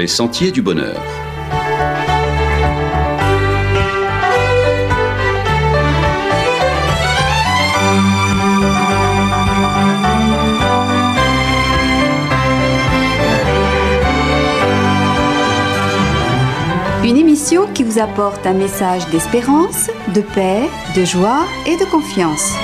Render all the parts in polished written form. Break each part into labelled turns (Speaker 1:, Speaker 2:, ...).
Speaker 1: les sentiers du bonheur.
Speaker 2: Une émission qui vous apporte un message d'espérance, de paix, de joie et de confiance.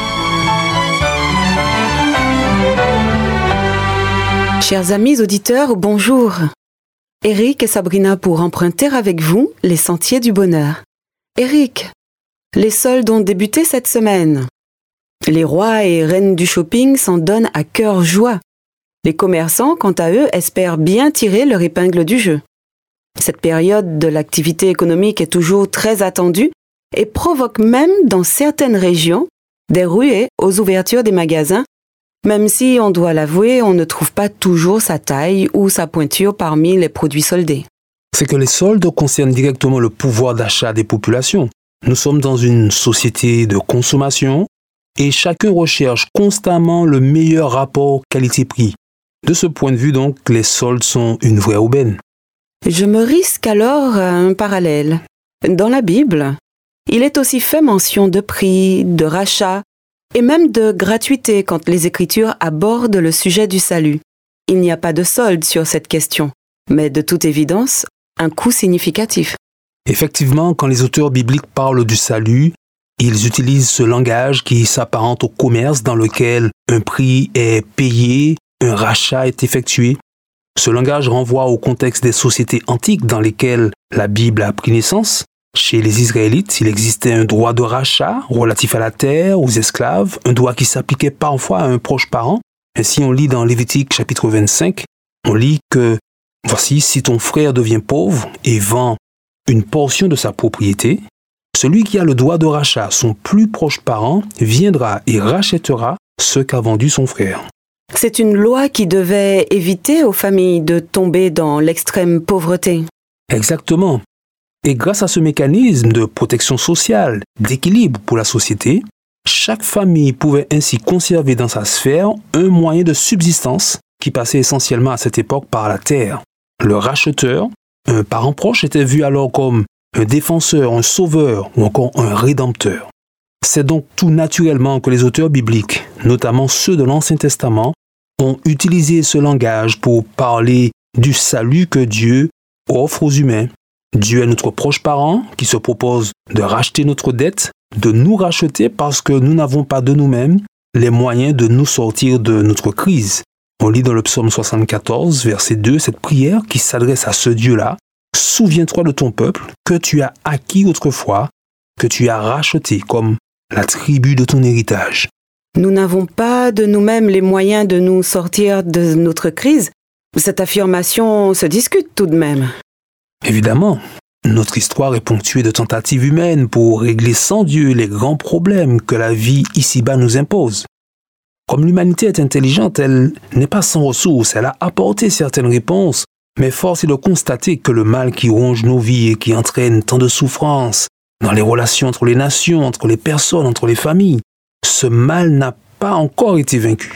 Speaker 3: Chers amis auditeurs, bonjour. Eric et Sabrina pour emprunter avec vous les sentiers du bonheur. Eric, les soldes ont débuté cette semaine. Les rois et reines du shopping s'en donnent à cœur joie. Les commerçants, quant à eux, espèrent bien tirer leur épingle du jeu. Cette période de l'activité économique est toujours très attendue et provoque même dans certaines régions des ruées aux ouvertures des magasins, même si, on doit l'avouer, on ne trouve pas toujours sa taille ou sa pointure parmi les produits soldés.
Speaker 4: C'est que les soldes concernent directement le pouvoir d'achat des populations. Nous sommes dans une société de consommation et chacun recherche constamment le meilleur rapport qualité-prix. De ce point de vue donc, les soldes sont une vraie aubaine.
Speaker 3: Je me risque alors à un parallèle. Dans la Bible, il est aussi fait mention de prix, de rachat et même de gratuité quand les Écritures abordent le sujet du salut. Il n'y a pas de solde sur cette question, mais de toute évidence, un coût significatif.
Speaker 4: Effectivement, quand les auteurs bibliques parlent du salut, ils utilisent ce langage qui s'apparente au commerce dans lequel un prix est payé, un rachat est effectué. Ce langage renvoie au contexte des sociétés antiques dans lesquelles la Bible a pris naissance. Chez les Israélites, il existait un droit de rachat relatif à la terre, aux esclaves, un droit qui s'appliquait parfois à un proche parent. Ainsi, on lit dans Lévitique chapitre 25, on lit que « Voici, si ton frère devient pauvre et vend une portion de sa propriété, celui qui a le droit de rachat, son plus proche parent, viendra et rachètera ce qu'a vendu son frère. »
Speaker 3: C'est une loi qui devait éviter aux familles de tomber dans l'extrême pauvreté.
Speaker 4: Exactement. Et grâce à ce mécanisme de protection sociale, d'équilibre pour la société, chaque famille pouvait ainsi conserver dans sa sphère un moyen de subsistance qui passait essentiellement à cette époque par la terre. Le racheteur, un parent proche, était vu alors comme un défenseur, un sauveur ou encore un rédempteur. C'est donc tout naturellement que les auteurs bibliques, notamment ceux de l'Ancien Testament, ont utilisé ce langage pour parler du salut que Dieu offre aux humains. Dieu est notre proche parent qui se propose de racheter notre dette, de nous racheter parce que nous n'avons pas de nous-mêmes les moyens de nous sortir de notre crise. On lit dans le psaume 74, verset 2, cette prière qui s'adresse à ce Dieu-là. « Souviens-toi de ton peuple que tu as acquis autrefois, que tu as racheté comme la tribu de ton héritage. »
Speaker 3: Nous n'avons pas de nous-mêmes les moyens de nous sortir de notre crise. Cette affirmation se discute tout de même.
Speaker 4: Évidemment, notre histoire est ponctuée de tentatives humaines pour régler sans Dieu les grands problèmes que la vie ici-bas nous impose. Comme l'humanité est intelligente, elle n'est pas sans ressources, elle a apporté certaines réponses, mais force est de constater que le mal qui ronge nos vies et qui entraîne tant de souffrances dans les relations entre les nations, entre les personnes, entre les familles, ce mal n'a pas encore été vaincu.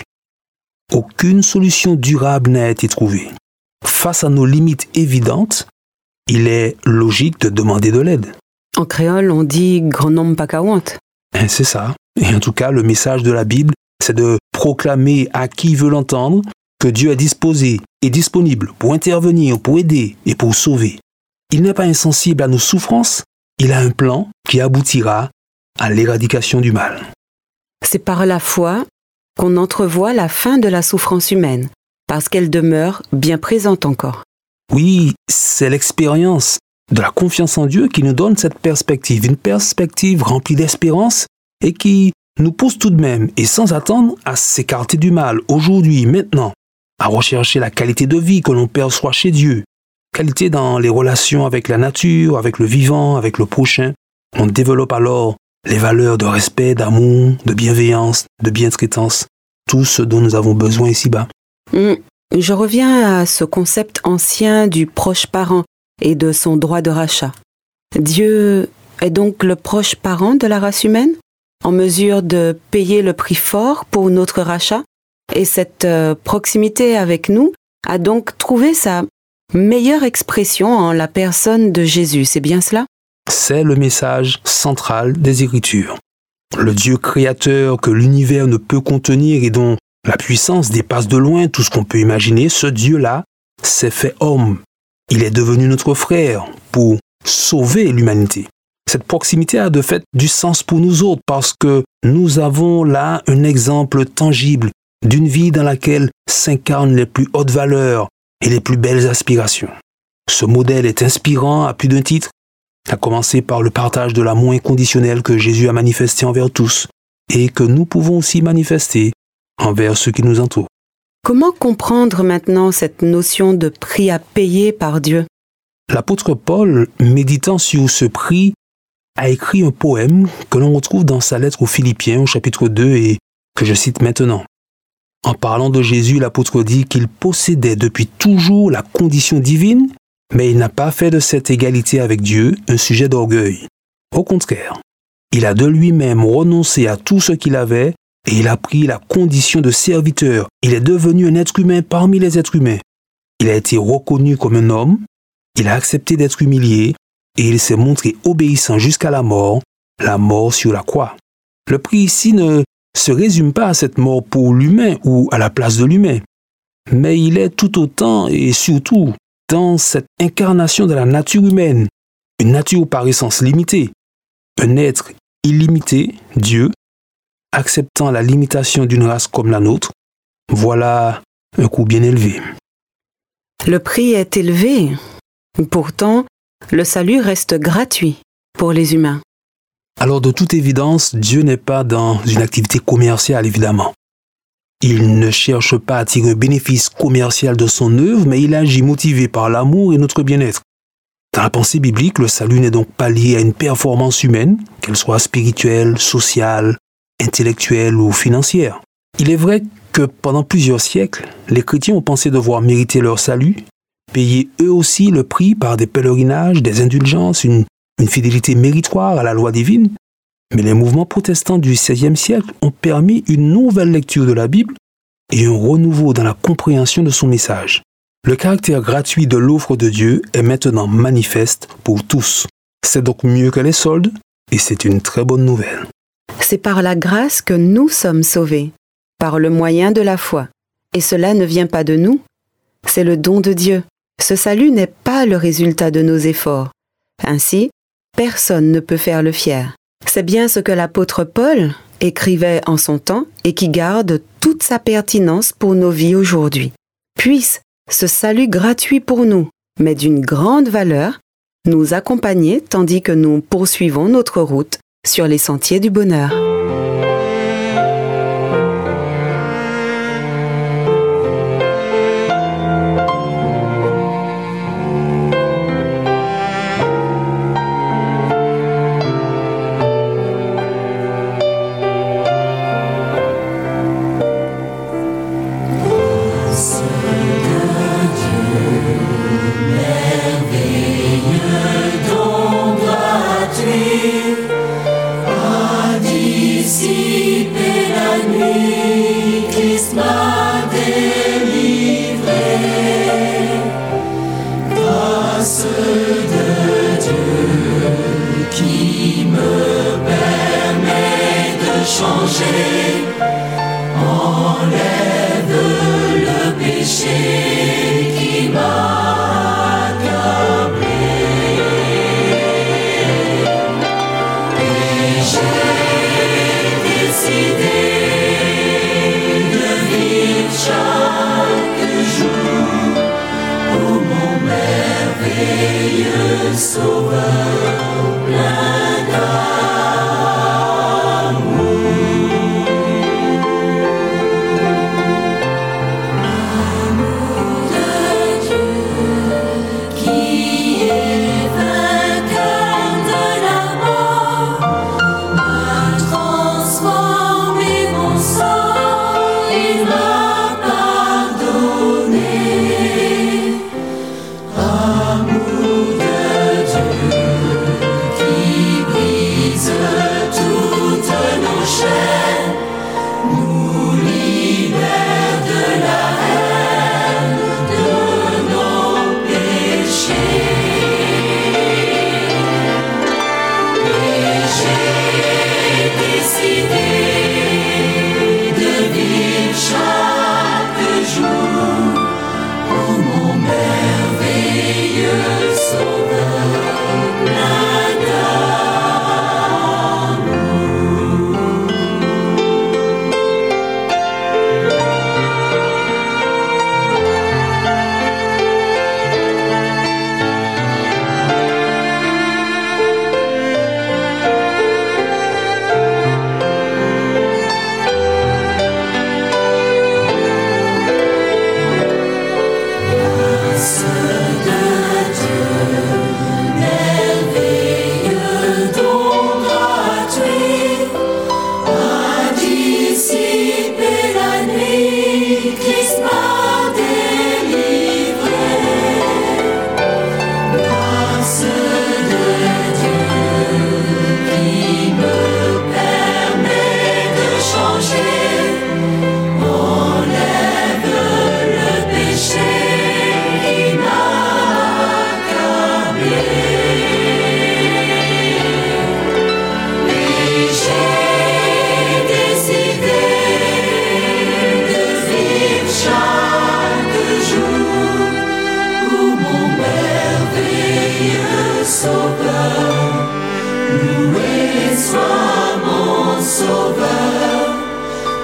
Speaker 4: Aucune solution durable n'a été trouvée. Face à nos limites évidentes, il est logique de demander de l'aide.
Speaker 3: En créole, on dit « grand nombre pas kawant ».
Speaker 4: C'est ça. Et en tout cas, le message de la Bible, c'est de proclamer à qui veut l'entendre que Dieu est disposé et disponible pour intervenir, pour aider et pour sauver. Il n'est pas insensible à nos souffrances, il a un plan qui aboutira à l'éradication du mal.
Speaker 3: C'est par la foi qu'on entrevoit la fin de la souffrance humaine, parce qu'elle demeure bien présente encore.
Speaker 4: Oui, c'est l'expérience de la confiance en Dieu qui nous donne cette perspective, une perspective remplie d'espérance et qui nous pousse tout de même, et sans attendre, à s'écarter du mal, aujourd'hui, maintenant, à rechercher la qualité de vie que l'on perçoit chez Dieu, qualité dans les relations avec la nature, avec le vivant, avec le prochain. On développe alors les valeurs de respect, d'amour, de bienveillance, de bientraitance, tout ce dont nous avons besoin ici-bas.
Speaker 3: Je reviens à ce concept ancien du proche parent et de son droit de rachat. Dieu est donc le proche parent de la race humaine, en mesure de payer le prix fort pour notre rachat, et cette proximité avec nous a donc trouvé sa meilleure expression en la personne de Jésus, c'est bien cela?
Speaker 4: C'est le message central des Écritures. Le Dieu créateur que l'univers ne peut contenir et dont la puissance dépasse de loin tout ce qu'on peut imaginer, ce Dieu-là s'est fait homme. Il est devenu notre frère pour sauver l'humanité. Cette proximité a de fait du sens pour nous autres parce que nous avons là un exemple tangible d'une vie dans laquelle s'incarnent les plus hautes valeurs et les plus belles aspirations. Ce modèle est inspirant à plus d'un titre, à commencer par le partage de l'amour inconditionnel que Jésus a manifesté envers tous et que nous pouvons aussi manifester envers ceux qui nous entourent.
Speaker 3: Comment comprendre maintenant cette notion de prix à payer par Dieu?
Speaker 4: L'apôtre Paul, méditant sur ce prix, a écrit un poème que l'on retrouve dans sa lettre aux Philippiens au chapitre 2 et que je cite maintenant. En parlant de Jésus, l'apôtre dit qu'il possédait depuis toujours la condition divine, mais il n'a pas fait de cette égalité avec Dieu un sujet d'orgueil. Au contraire, il a de lui-même renoncé à tout ce qu'il avait et il a pris la condition de serviteur. Il est devenu un être humain parmi les êtres humains. Il a été reconnu comme un homme, il a accepté d'être humilié et il s'est montré obéissant jusqu'à la mort sur la croix. Le prix ici ne se résume pas à cette mort pour l'humain ou à la place de l'humain, mais il est tout autant et surtout dans cette incarnation de la nature humaine, une nature par essence limitée, un être illimité, Dieu, acceptant la limitation d'une race comme la nôtre. Voilà un coût bien élevé.
Speaker 3: Le prix est élevé. Pourtant, le salut reste gratuit pour les humains.
Speaker 4: Alors de toute évidence, Dieu n'est pas dans une activité commerciale, évidemment. Il ne cherche pas à tirer un bénéfice commercial de son œuvre, mais il agit motivé par l'amour et notre bien-être. Dans la pensée biblique, le salut n'est donc pas lié à une performance humaine, qu'elle soit spirituelle, sociale, intellectuelle ou financière. Il est vrai que pendant plusieurs siècles, les chrétiens ont pensé devoir mériter leur salut, payer eux aussi le prix par des pèlerinages, des indulgences, une fidélité méritoire à la loi divine. Mais les mouvements protestants du XVIe siècle ont permis une nouvelle lecture de la Bible et un renouveau dans la compréhension de son message. Le caractère gratuit de l'offre de Dieu est maintenant manifeste pour tous. C'est donc mieux que les soldes et c'est une très bonne nouvelle.
Speaker 3: C'est par la grâce que nous sommes sauvés, par le moyen de la foi. Et cela ne vient pas de nous, c'est le don de Dieu. Ce salut n'est pas le résultat de nos efforts. Ainsi, personne ne peut faire le fier. C'est bien ce que l'apôtre Paul écrivait en son temps et qui garde toute sa pertinence pour nos vies aujourd'hui. Puisse ce salut gratuit pour nous, mais d'une grande valeur, nous accompagner tandis que nous poursuivons notre route sur les sentiers du bonheur.
Speaker 1: Enlève le péché qui m'a accablé et j'ai décidé de vivre chaque jour pour mon merveilleux Sauveur plein d'amour.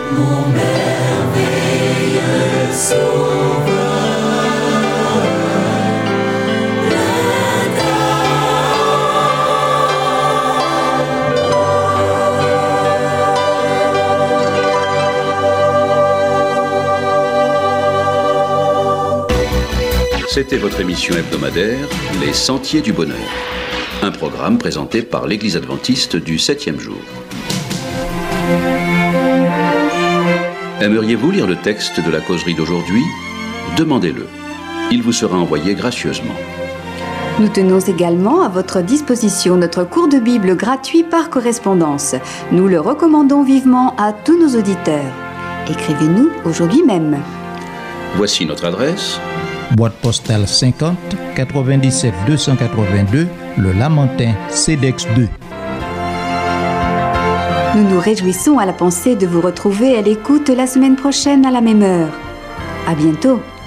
Speaker 1: mon merveilleux Sauveur.
Speaker 5: C'était votre émission hebdomadaire, Les Sentiers du Bonheur. Un programme présenté par l'Église adventiste du 7e jour. Aimeriez-vous lire le texte de la causerie d'aujourd'hui ? Demandez-le. Il vous sera envoyé gracieusement.
Speaker 2: Nous tenons également à votre disposition notre cours de Bible gratuit par correspondance. Nous le recommandons vivement à tous nos auditeurs. Écrivez-nous aujourd'hui même.
Speaker 5: Voici notre adresse.
Speaker 6: Boîte postale 50 97 282, Le Lamentin, CEDEX 2.
Speaker 2: Nous nous réjouissons à la pensée de vous retrouver à l'écoute la semaine prochaine à la même heure. À bientôt.